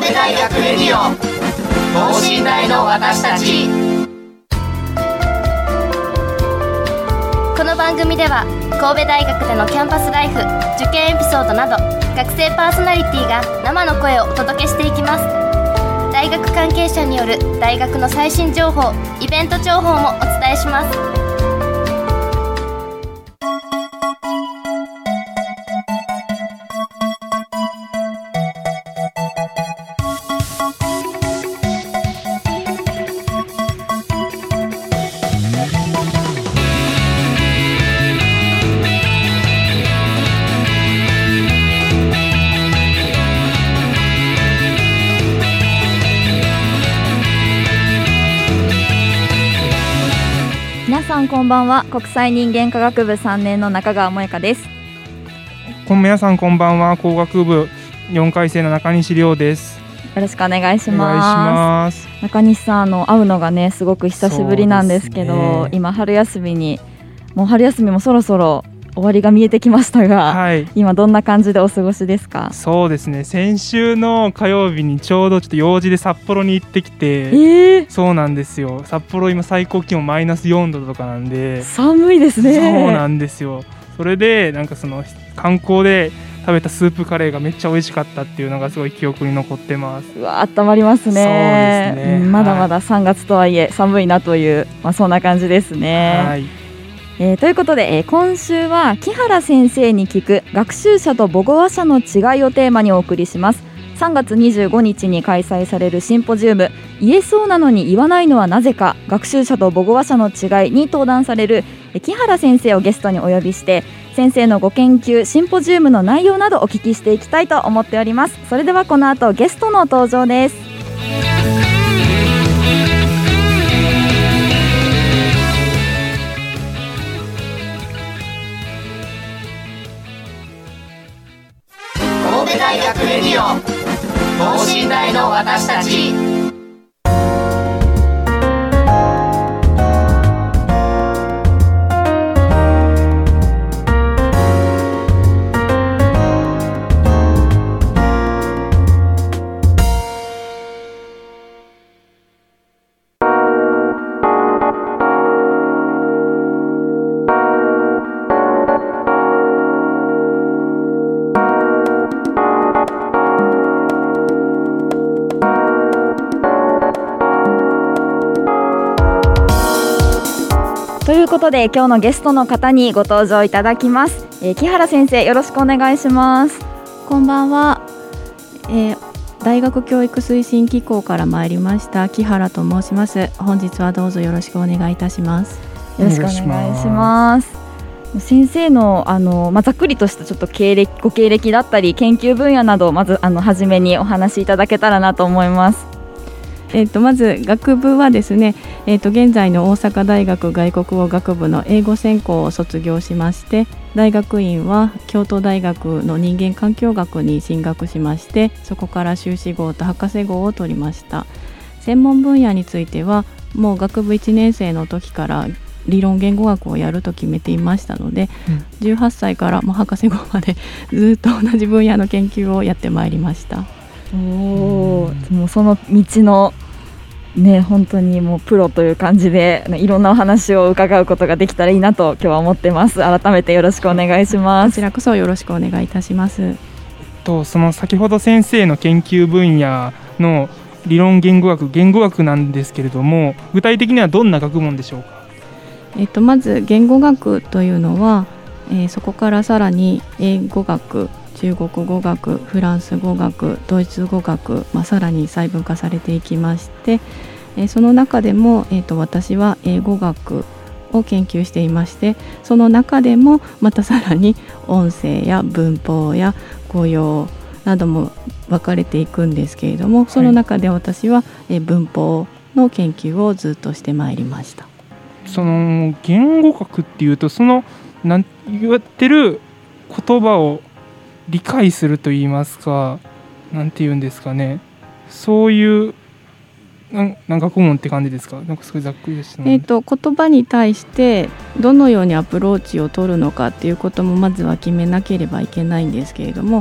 神戸大学レディオ等身大の私たち。 この番組では神戸大学でのキャンパスライフ、受験エピソードなど学生パーソナリティが生の声をお届けしていきます。大学関係者による大学の最新情報、イベント情報もお伝えします。 皆さんこんばんは。国際人間科学部3年の中川萌香です。 皆さんこんばんは。工学部4回生の中西亮です。 よろしくお願いします。中西さん会うのがねすごく久しぶりなんですけど、今春休みもそろそろ終わりが見えてきましたが、はい、今どんな感じでお過ごしですか？ そうですね、先週の火曜日にちょうどちょっと用事で札幌に行ってきて、そうなんですよ。札幌今最高気温マイナス4度とかなんで寒いですね。 そうなんですよ。それでなんかその観光で食べたスープカレーがめっちゃ美味しかったっていうのがすごい記憶に残ってます。 うわ、温まりますね。そうですね、まだまだ3月とはいえ寒いなという、そんな感じですね。はい。ということで、今週は木原先生に聞く学習者と母語話者の違いをテーマにお送りします。3月25日に開催されるシンポジウム、言えそうなのに言わないのはなぜか、学習者と母語話者の違いに登壇される木原先生をゲストにお呼びして、先生のご研究、シンポジウムの内容などお聞きしていきたいと思っております。それではこの後ゲストの登場です。 神戸大学レディオ等身大の私たち。 ということで今日のゲストの方にご登場いただきます。木原先生、よろしくお願いします。 こんばんは。大学教育推進機構から参りました木原と申します。本日はどうぞよろしくお願いいたします。 よろしくお願いします。先生のざっくりとしたちょっとご経歴だったり研究分野などをまず初めにお話しいただけたらなと思います。 まず学部はですね、現在の大阪大学外国語学部の英語専攻を卒業しまして、大学院は京都大学の人間環境学に進学しまして、そこから修士号と博士号を取りました。専門分野についてはもう学部1年生の時から理論言語学をやると決めていましたので、18歳からもう博士号までずっと同じ分野の研究をやってまいりました。 もうその道のね、本当にもうプロという感じで、いろんなお話を伺うことができたらいいなと今日は思ってます。改めてよろしくお願いします。 こちらこそよろしくお願いいたします。 その先ほど先生の研究分野の理論言語学なんですけれども、具体的にはどんな学問でしょうか？ まず言語学というのは、そこからさらに英語学、中国語学、フランス語学、ドイツ語学、さらに細分化されていきまして、その中でも、私は英語学を研究していまして、その中でもまたさらに音声や文法や語用なども分かれていくんですけれども、その中で私は文法の研究をずっとしてまいりました。 その言語学っていうと、その言ってる言葉を理解すると言いますか、なんて言うんですかね、そういう学問って感じですか？なんかすごいざっくりでしたね。 言葉に対してどのようにアプローチを取るのかっていうこともまずは決めなければいけないんですけれども、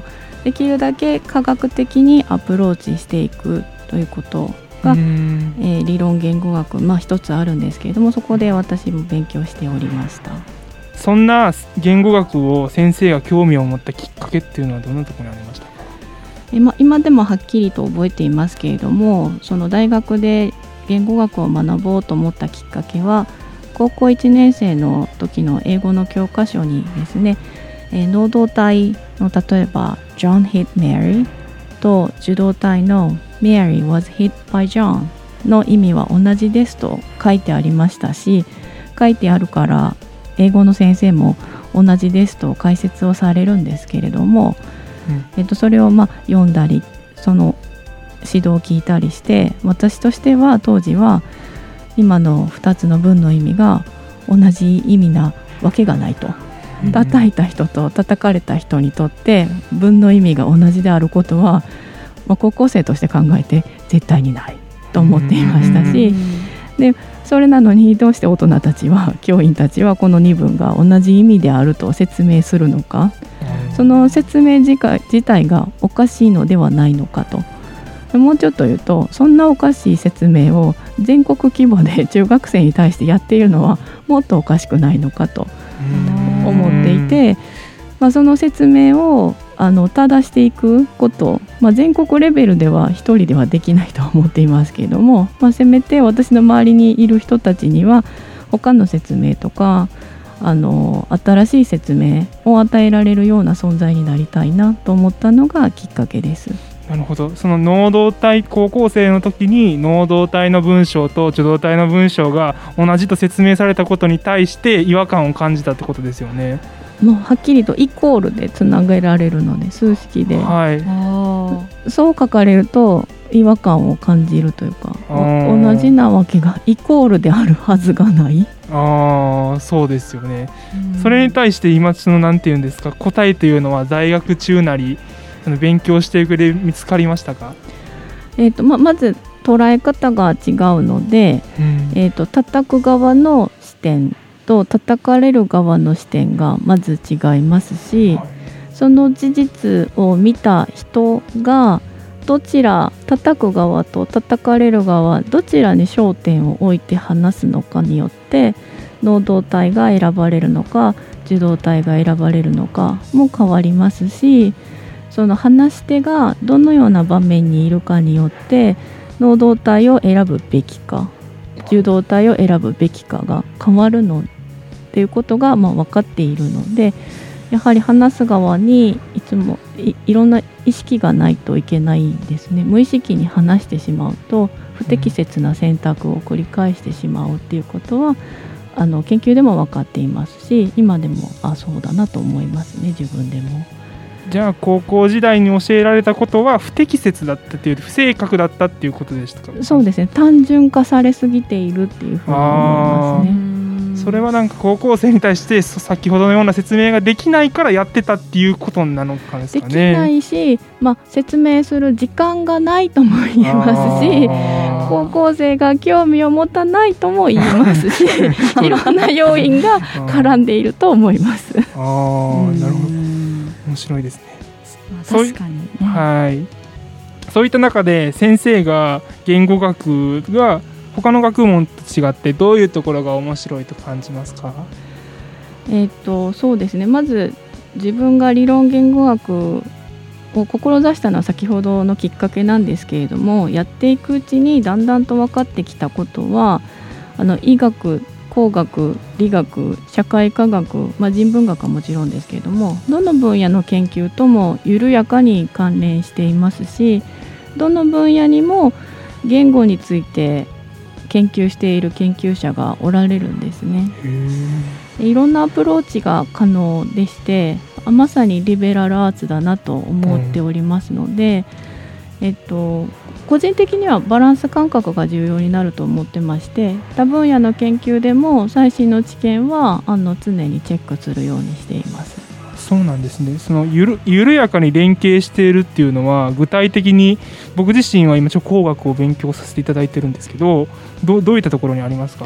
できるだけ科学的にアプローチしていくということが、理論言語学、一つあるんですけれども、そこで私も勉強しておりました。 そんな言語学を先生が興味を持ったきっかけっていうのはどんなところにありましたか？ 今でもはっきりと覚えていますけれども、その大学で言語学を学ぼうと思ったきっかけは、高校1年生の時の英語の教科書にですね、能動体の例えば John hit Mary と受動体の Mary was hit by John の意味は同じですと書いてありましたし、書いてあるから英語の先生も同じですと解説をされるんですけれども、それを読んだりその指導を聞いたりして、私としては当時は今の2つの文の意味が同じ意味なわけがないと、叩いた人と叩かれた人にとって文の意味が同じであることは、高校生として考えて絶対にないと思っていましたし、でそれなのにどうして大人たちは教員たちはこの2文が同じ意味であると説明するのか、その説明自体がおかしいのではないのかと。もうちょっと言うと、そんなおかしい説明を全国規模で中学生に対してやっているのはもっとおかしくないのかと思っていて、その説明を正していくこと、全国レベルでは一人ではできないと思っていますけれども、せめて私の周りにいる人たちには他の説明とか新しい説明を与えられるような存在になりたいなと思ったのがきっかけです。 なるほど。その能動体、高校生の時に能動体の文章と受動体の文章が同じと説明されたことに対して違和感を感じたってことですよね。 もうはっきりとイコールでつなげられるので、数式で、そう書かれると違和感を感じるというか、同じなわけがイコールであるはずがない。 そうですよね。それに対して今なんていうんですか、答えというのは在学中なり勉強していくで見つかりましたか？ まず捉え方が違うので、叩く側の視点と叩かれる側の視点がまず違いますし、その事実を見た人がどちら、叩く側と叩かれる側どちらに焦点を置いて話すのかによって能動体が選ばれるのか受動体が選ばれるのかも変わりますし、その話し手がどのような場面にいるかによって能動体を選ぶべきか受動体を選ぶべきかが変わるのっていうことが分かっているので、やはり話す側にいつも いろんな意識がないといけないんですね。無意識に話してしまうと不適切な選択を繰り返してしまうっていうことは研究でも分かっていますし、今でもそうだなと思いますね、自分でも。 じゃあ高校時代に教えられたことは不適切だったという、不正確だったっていうことでしたか？ そうですね、単純化されすぎているっていうふうに思いますね。 それはなんか高校生に対して先ほどのような説明ができないからやってたっていうことなのかですかね。 できないし、説明する時間がないとも言えますし、高校生が興味を持たないとも言いますしいろんな要因が絡んでいると思います。 なるほど、面白いですね。 確かにね。 そういった中で先生が言語学が他の学問と違ってどういうところが面白いと感じますか？ そうですね、まず自分が理論言語学を志したのは先ほどのきっかけなんですけれども、やっていくうちにだんだんと分かってきたことは、医学、工学、理学、社会科学、人文学はもちろんですけれども、どの分野の研究とも緩やかに関連していますし、どの分野にも言語について研究している研究者がおられるんですね。いろんなアプローチが可能でして、まさにリベラルアーツだなと思っておりますので、個人的にはバランス感覚が重要になると思ってまして、他分野の研究でも最新の知見は常にチェックするようにしています。 そうなんですね。その緩やかに連携しているっていうのは、具体的に僕自身は今工学を勉強させていただいてるんですけど、どういったところにありますか？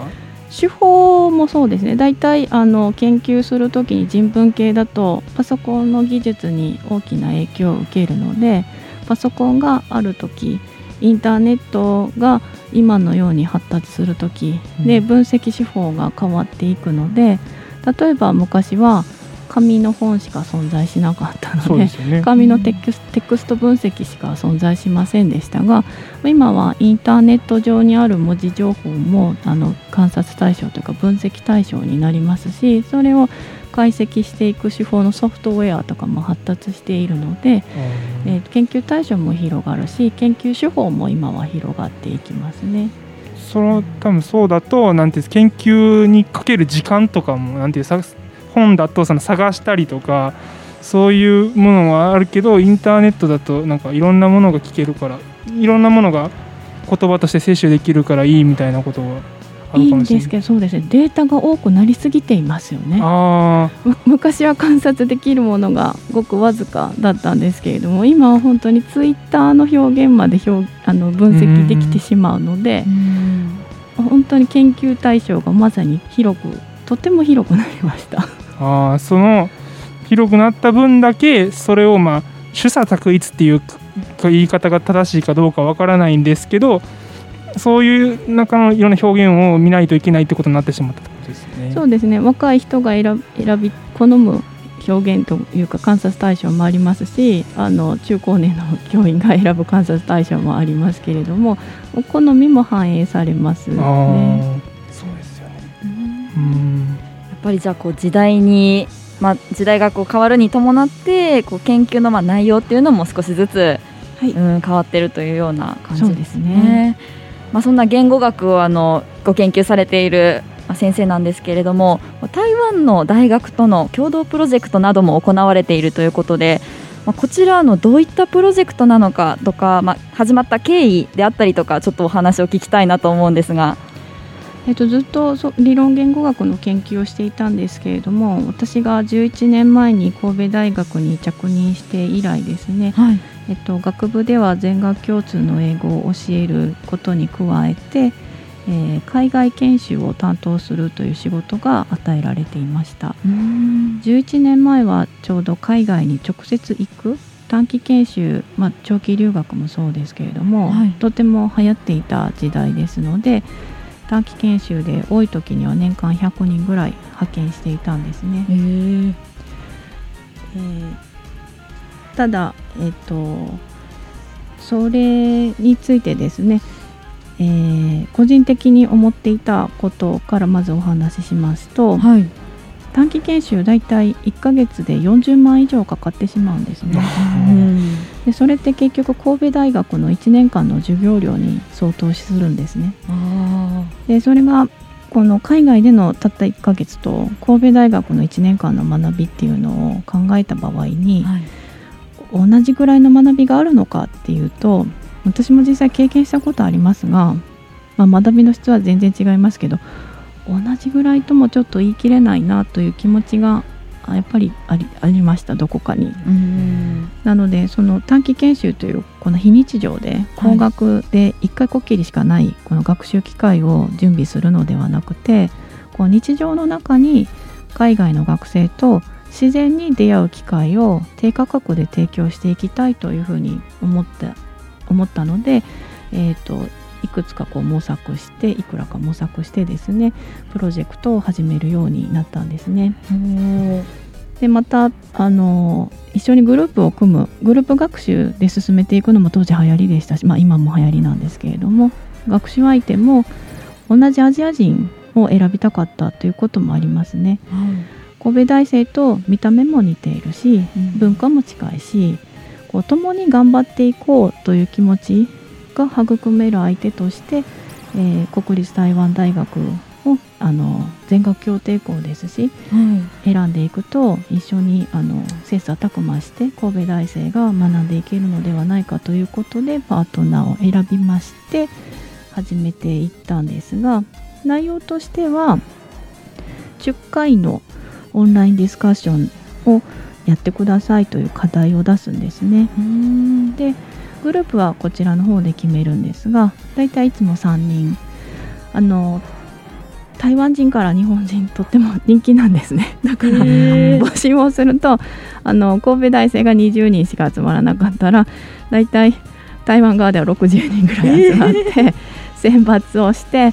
手法もそうですね。だいたい研究するときに人文系だとパソコンの技術に大きな影響を受けるので、パソコンがあるとき、インターネットが今のように発達するときで分析手法が変わっていくので、例えば昔は紙の本しか存在しなかったの で、紙のテクスト分析しか存在しませんでしたが、今はインターネット上にある文字情報も観察対象というか分析対象になりますし、それを解析していく手法のソフトウェアとかも発達しているので、研究対象も広がるし、研究手法も今は広がっていきますね。 多分そうだと、なんていう研究にかける時間とかも、なんていう本だと探したりとかそういうものはあるけど、インターネットだとなんかいろんなものが聞けるから、いろんなものが言葉として摂取できるからいいみたいなことはあるかもしれない。いいんですけど、そうですね、データが多くなりすぎていますよね。昔は観察できるものがごくわずかだったんですけれども、今は本当にツイッターの表現まで分析できてしまうので、本当に研究対象がまさにとても広くなりました。 その広くなった分だけ、それを取捨択一っていう言い方が正しいかどうかわからないんですけど、そういう中のいろんな表現を見ないといけないってことになってしまったってことですね。 そうですね、若い人が好む表現というか観察対象もありますし、中高年の教員が選ぶ観察対象もありますけれども、好みも反映されますね。 そうですよね。 やっぱりじゃあ時代が変わるに伴って研究の内容っていうのも少しずつ、変わってるというような感じですね。そんな言語学をご研究されている先生なんですけれども、台湾の大学との共同プロジェクトなども行われているということで、こちらどういったプロジェクトなのかとか、始まった経緯であったりとか、ちょっとお話を聞きたいなと思うんですが。 ずっと理論言語学の研究をしていたんですけれども、私が11年前に神戸大学に着任して以来ですね、学部では全学共通の英語を教えることに加えて、海外研修を担当するという仕事が与えられていました。11年前はちょうど海外に直接行く短期研修、長期留学もそうですけれども、とても流行っていた時代ですので、短期研修で多い時には年間100人ぐらい派遣していたんですね。ただ、それについてですね、個人的に思っていたことからまずお話ししますと、短期研修だいたい1ヶ月で40万以上かかってしまうんですね。でそれって結局神戸大学の1年間の授業料に相当するんですね。でそれがこの海外でのたった1ヶ月と神戸大学の1年間の学びっていうのを考えた場合に、同じぐらいの学びがあるのかっていうと、私も実際経験したことありますが、学びの質は全然違いますけど、同じぐらいともちょっと言い切れないなという気持ちがやっぱりありました、どこかに。なのでその短期研修というこの非日常で高額で1回こっきりしかないこの学習機会を準備するのではなくて、こう日常の中に海外の学生と自然に出会う機会を低価格で提供していきたいというふうに思ったので、いくつか模索して、いくらか模索してですね、プロジェクトを始めるようになったんですね。でまた一緒にグループを組むグループ学習で進めていくのも当時流行りでしたし、今も流行りなんですけれども、学習相手も同じアジア人を選びたかったということもありますね。神戸大生と見た目も似ているし、文化も近いし、共に頑張っていこうという気持ちが育める相手として、国立台湾大学を全学協定校ですし、選んでいくと一緒に切磋琢磨して神戸大生が学んでいけるのではないかということでパートナーを選びまして始めていったんですが、内容としては10回のオンラインディスカッションをやってくださいという課題を出すんですね。でグループはこちらの方で決めるんですが、だいたいいつも3人台湾人から日本人とっても人気なんですね。だから募集をすると神戸大生が20人しか集まらなかったらだいたい台湾側では60人ぐらい集まって選抜をして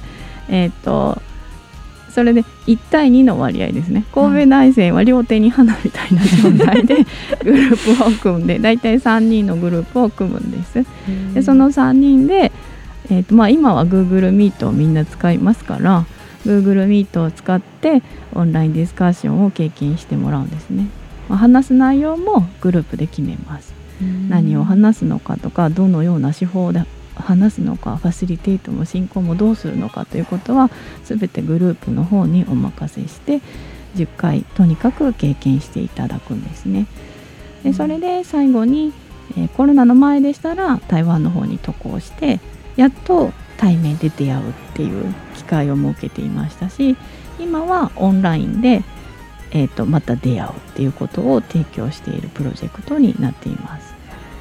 それで1対2の割合ですね。神戸大生は両手に花みたいな状態でグループを組んでだいたい3人のグループを組むんです。でその3人で、今は Google Meet をみんな使いますから Google Meet を使ってオンラインディスカッションを経験してもらうんですね。話す内容もグループで決めます。何を話すのかとかどのような手法で話すのかファシリテートも進行もどうするのかということは全てグループの方にお任せして10回とにかく経験していただくんですね。でそれで最後に、コロナの前でしたら台湾の方に渡航してやっと対面で出会うっていう機会を設けていましたし今はオンラインで、また出会うっていうことを提供しているプロジェクトになっています。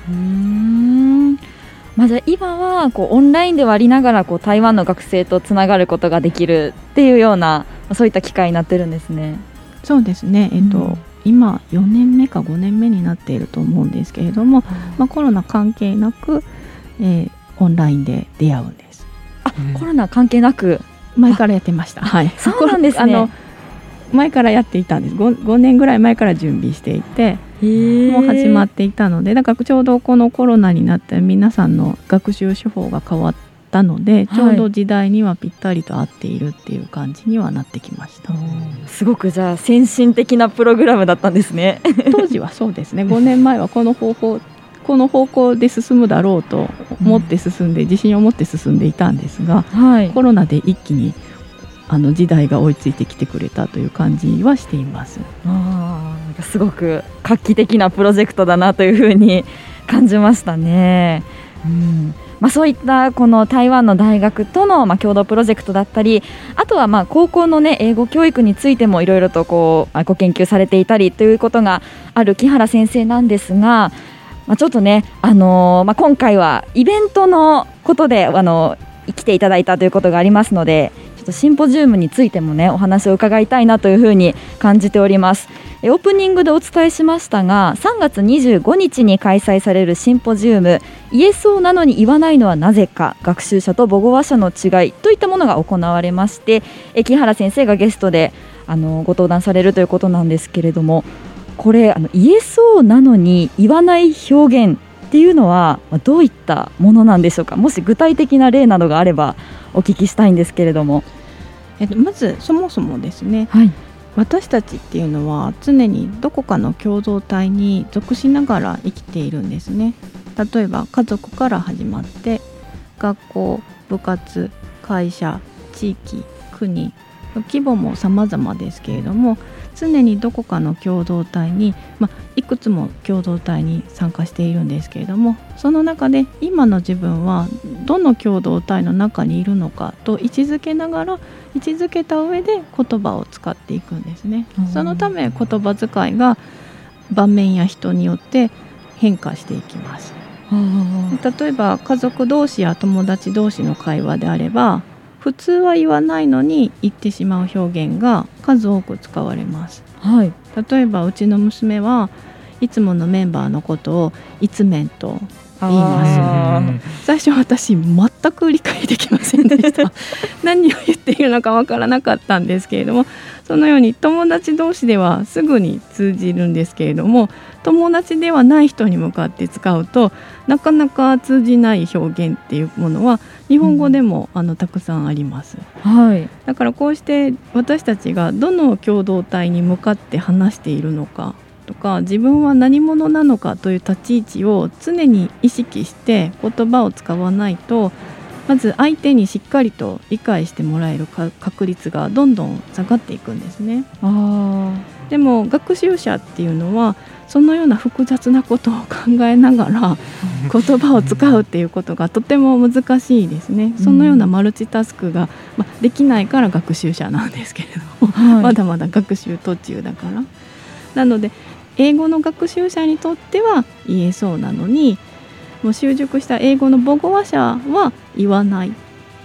じゃあ今はオンラインではありながら台湾の学生とつながることができるっていうようなそういった機会になってるんですね。 そうですね、今4年目か5年目になっていると思うんですけれども、コロナ関係なく、オンラインで出会うんです。 コロナ関係なく前からやってました。はい、 そうなんですね。 前からやっていたんです。5年ぐらい前から準備していてもう始まっていたのでだからちょうどこのコロナになって皆さんの学習手法が変わったので、ちょうど時代にはぴったりと合っているっていう感じにはなってきました。 すごくじゃあ先進的なプログラムだったんですね。 当時はそうですね。5年前はこの方向で進むだろうと思って進んで、自信を持って進んでいたんですが、コロナで一気に時代が追いついてきてくれたという感じはしています。 すごく画期的なプロジェクトだなというふうに感じましたね。そういったこの台湾の大学との共同プロジェクトだったりあとは高校の、英語教育についてもいろいろとご研究されていたりということがある木原先生なんですが、ちょっとね、今回はイベントのことで来ていただいたということがありますのでシンポジウムについてもねお話を伺いたいなというふうに感じております。オープニングでお伝えしましたが3月25日に開催されるシンポジウム言えそうなのに言わないのはなぜか学習者と母語話者の違いといったものが行われまして木原先生がゲストでご登壇されるということなんですけれどもこれ言えそうなのに言わない表現っていうのはどういったものなんでしょうか。もし具体的な例などがあればお聞きしたいんですけれども。 まずそもそもですね、私たちっていうのは常にどこかの共同体に属しながら生きているんですね。例えば家族から始まって学校、部活、会社、地域、国規模も様々ですけれども常にどこかの共同体に、いくつも共同体に参加しているんですけれどもその中で今の自分はどの共同体の中にいるのかと位置づけながら位置づけた上で言葉を使っていくんですね。そのため言葉遣いが場面や人によって変化していきます。例えば家族同士や友達同士の会話であれば普通は言わないのに言ってしまう表現が数多く使われます。例えばうちの娘はいつものメンバーのことをいつめんと言います。最初私全く理解できませんでした何を言っているのかわからなかったんですけれどもそのように友達同士ではすぐに通じるんですけれども友達ではない人に向かって使うとなかなか通じない表現っていうものは日本語でも、たくさんあります。だからこうして私たちがどの共同体に向かって話しているのかとか自分は何者なのかという立ち位置を常に意識して言葉を使わないとまず相手にしっかりと理解してもらえる確率がどんどん下がっていくんですね。でも学習者っていうのはそのような複雑なことを考えながら言葉を使うっていうことがとても難しいですね。そのようなマルチタスクが、できないから学習者なんですけれども、まだまだ学習途中だからなので英語の学習者にとっては言えそうなのにもう習熟した英語の母語話者は言わない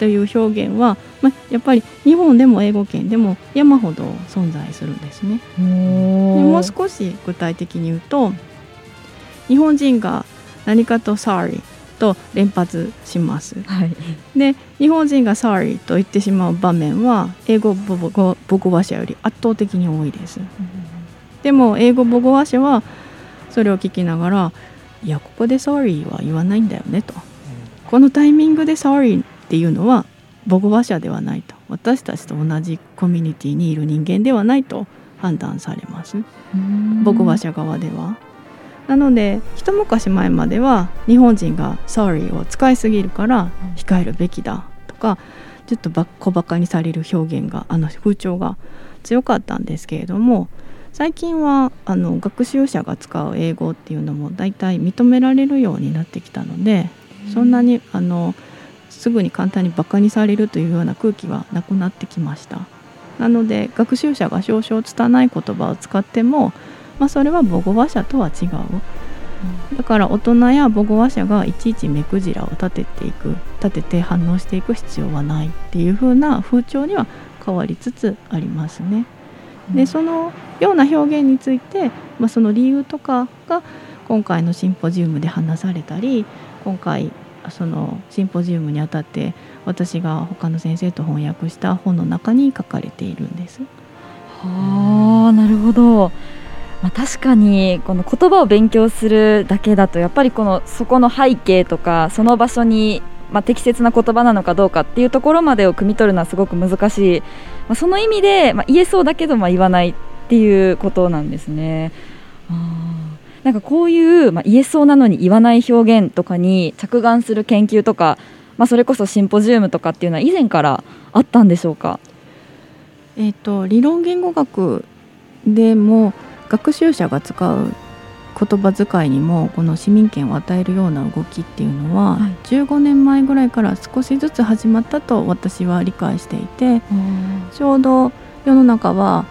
という表現は、やっぱり日本でも英語圏でも山ほど存在するんですね。でもう少し具体的に言うと、日本人が何かと sorry と連発します、はい、で日本人が sorry と言ってしまう場面は英語母語話者より圧倒的に多いです、でも英語母語話者はそれを聞きながら、いやここで sorry は言わないんだよねと、このタイミングで sorry っていうのは母語話者ではないと、私たちと同じコミュニティにいる人間ではないと判断されます、母語話者側では。なので一昔前までは日本人が sorry を使いすぎるから控えるべきだとか、ちょっと小バカにされる表現が風潮が強かったんですけれども、最近は学習者が使う英語っていうのもだいたい認められるようになってきたので、そんなにすぐに簡単にバカにされるというような空気はなくなってきました。なので学習者が少々拙い言葉を使っても、それは母語話者とは違う。だから大人や母語話者がいちいち目くじらを立てて反応していく必要はないっていう風な風潮には変わりつつありますね。でそのような表現について、その理由とかが今回のシンポジウムで話されたり、今回そのシンポジウムにあたって私が他の先生と翻訳した本の中に書かれているんです。 なるほど。確かにこの言葉を勉強するだけだとやっぱりそこの背景とかその場所に、適切な言葉なのかどうかっていうところまでを汲み取るのはすごく難しい、その意味で、言えそうだけど言わないっていうことなんですね。なんかこういう、言えそうなのに言わない表現とかに着眼する研究とか、それこそシンポジウムとかっていうのは以前からあったんでしょうか？ 理論言語学でも学習者が使う言葉遣いにもこの市民権を与えるような動きっていうのは、15年前ぐらいから少しずつ始まったと私は理解していて、ちょうど世の中は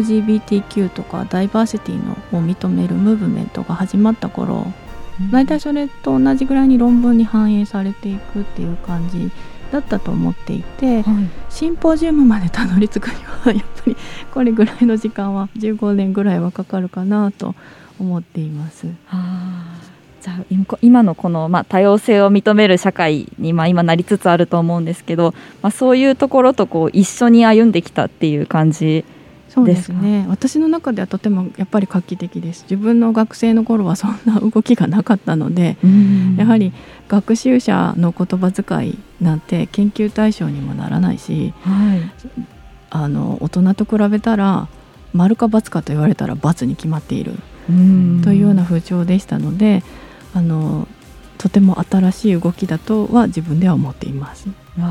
LGBTQ とかダイバーシティのを認めるムーブメントが始まった頃、大体それと同じぐらいに論文に反映されていくっていう感じだったと思っていて、シンポジウムまでたどり着くにはやっぱりこれぐらいの時間は15年ぐらいはかかるかなと思っています。 じゃあ今のこの、多様性を認める社会に、今なりつつあると思うんですけど、そういうところと一緒に歩んできたっていう感じですか？ そうですね。私の中ではとてもやっぱり画期的です。自分の学生の頃はそんな動きがなかったので、やはり学習者の言葉遣いなんて研究対象にもならないし、大人と比べたら丸か×かと言われたら×に決まっているというような風潮でしたので、とても新しい動きだとは自分では思っています。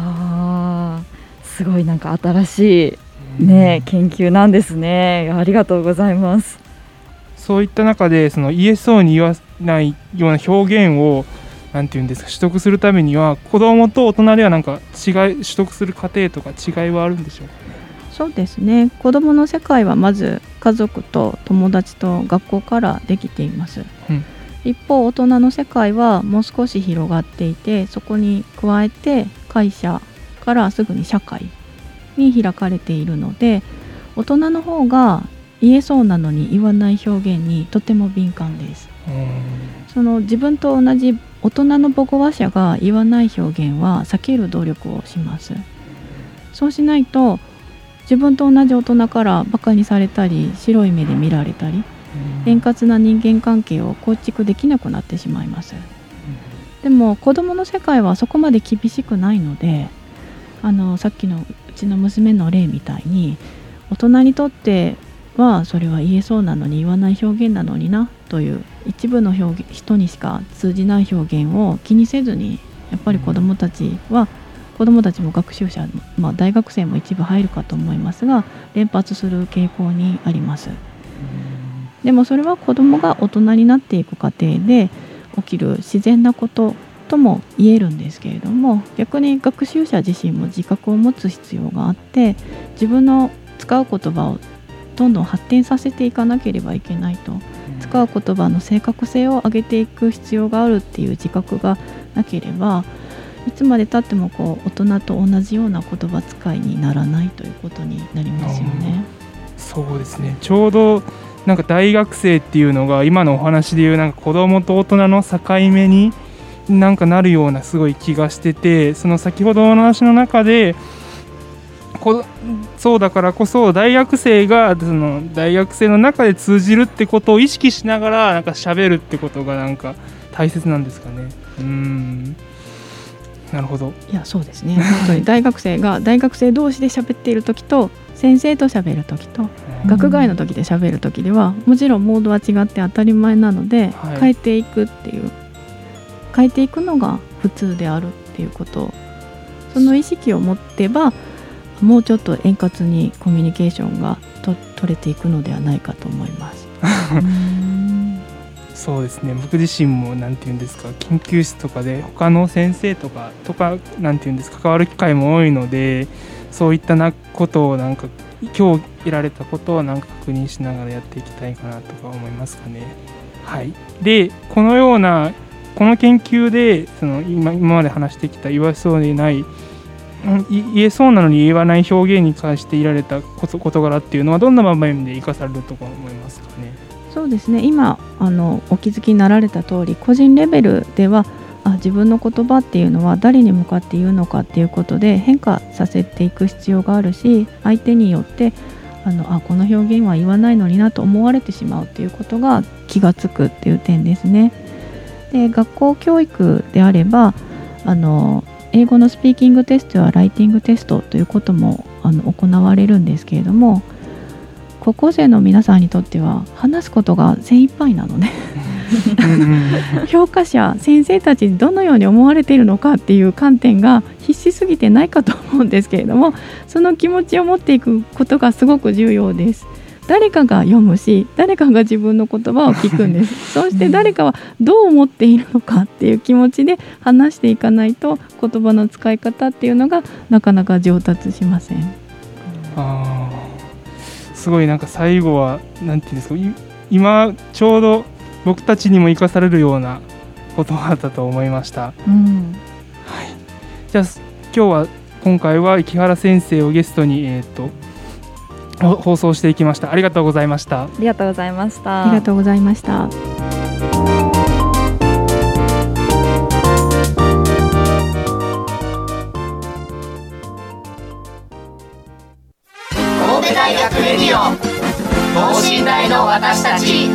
すごいなんか新しい研究なんですね。ありがとうございます。 そういった中でその言えそうに言わないような表現をなんていうんですか、取得するためには子どもと大人ではなんか取得する過程とか違いはあるんでしょうか？ そうですね。子どもの世界はまず家族と友達と学校からできています、一方大人の世界はもう少し広がっていて、そこに加えて会社からすぐに社会に開かれているので、大人の方が言えそうなのに言わない表現にとても敏感です。その自分と同じ大人の母語話者が言わない表現は避ける努力をします。そうしないと自分と同じ大人からバカにされたり白い目で見られたり、円滑な人間関係を構築できなくなってしまいます。でも子どもの世界はそこまで厳しくないので、さっきのうちの娘の例みたいに大人にとってはそれは言えそうなのに言わない表現なのになという一部の人にしか通じない表現を気にせずに、やっぱり子どもたちも学習者、大学生も一部入るかと思いますが連発する傾向にあります。でもそれは子どもが大人になっていく過程で起きる自然なこととも言えるんですけれども、逆に学習者自身も自覚を持つ必要があって、自分の使う言葉をどんどん発展させていかなければいけないと、使う言葉の正確性を上げていく必要があるっていう自覚がなければ、 いつまでたってもこう大人と同じような言葉遣いにならないということになりますよね。 そうですね。ちょうどなんか大学生っていうのが今のお話でいうなんか子供と大人の境目になんかなるようなすごい気がしてて、その先ほどの話の中でそうだからこそ大学生がその大学生の中で通じるってことを意識しながらなんか喋るってことがなんか大切なんですかね。なるほど。 いやそうですね。本当に大学生が大学生同士で喋っている時と先生と喋る時と学外の時で喋る時ではもちろんモードは違って当たり前なので、変えていくっていう変えていくのが普通であるっていうこと、その意識を持ってばもうちょっと円滑にコミュニケーションが取れていくのではないかと思いますそうですね。僕自身もなんていうんですか、研究室とかで他の先生とかなんていうんですか関わる機会も多いので、そういったことをなんか今日得られたことをなんか確認しながらやっていきたいかなとか思いますかね。はい。でこのようなこの研究でその今まで話してきた言わそうでない言えそうなのに言わない表現に関していられた事柄っていうのはどんな場面で生かされると思いますかね。 そうですね。今お気づきになられた通り個人レベルでは自分の言葉っていうのは誰に向かって言うのかっていうことで変化させていく必要があるし、相手によってこの表現は言わないのになと思われてしまうっていうことが気がつくっていう点ですね。で学校教育であれば英語のスピーキングテストやライティングテストということも行われるんですけれども、高校生の皆さんにとっては話すことが精一杯なので評価者先生たちにどのように思われているのかっていう観点が必死すぎてないかと思うんですけれども、その気持ちを持っていくことがすごく重要です。誰かが読むし誰かが自分の言葉を聞くんですそして誰かはどう思っているのかっていう気持ちで話していかないと言葉の使い方っていうのがなかなか上達しません。 すごいなんか最後はなんていうんですか、今ちょうど僕たちにも生かされるような言葉だと思いました、はい。じゃあ今回は木原先生をゲストに放送していきました。ありがとうございました。 ありがとうございました。 ありがとうございました。 神戸大学レディオ等身大の私たち。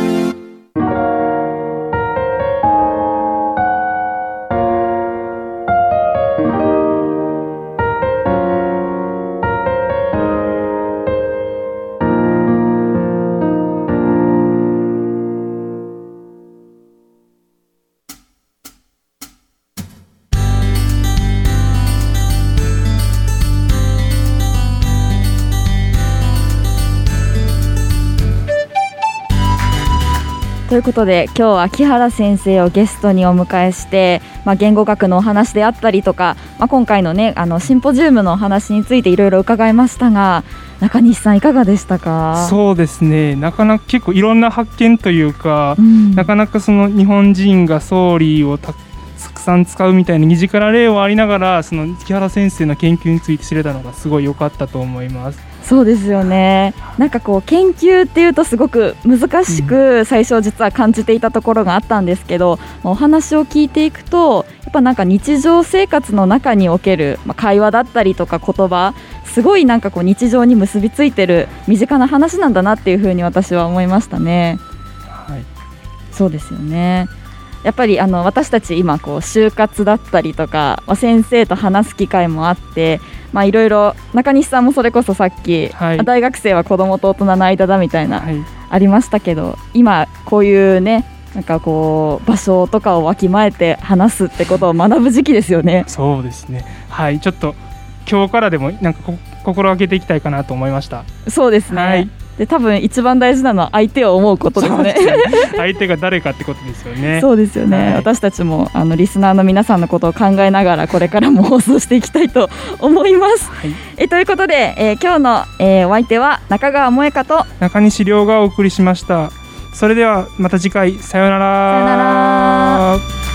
ということで今日は木原先生をゲストにお迎えして、言語学のお話であったりとか、今回のねシンポジウムのお話についていろいろ伺いましたが、中西さんいかがでしたか。 そうですね、なかなか結構いろんな発見というか、なかなかその日本人が総理をたくさん使うみたいな身近な例はありながら、その木原先生の研究について知れたのがすごい良かったと思います。 そうですよね。なんかこう研究っていうとすごく難しく最初実は感じていたところがあったんですけど、お話を聞いていくとやっぱなんか日常生活の中における会話だったりとか言葉、すごいなんかこう日常に結びついてる身近な話なんだなっていうふうに私は思いましたね。 はい、 そうですよね。やっぱり私たち今こう就活だったりとか、先生と話す機会もあって、いろいろ中西さんもそれこそさっき、大学生は子どもと大人の間だみたいな、ありましたけど、今こういうねなんかこう場所とかをわきまえて話すってことを学ぶ時期ですよね。 そうですね、はい、ちょっと今日からでもなんか心がけていきたいかなと思いました。 そうですね、はい、で多分一番大事なのは相手を思うことですね。 相手が誰かってことですよね。 そうですよね、はい、私たちもリスナーの皆さんのことを考えながらこれからも放送していきたいと思います、はい。ということで、今日の、お相手は中川萌香と中西亮がお送りしました。それではまた次回、さようなら。 さようなら。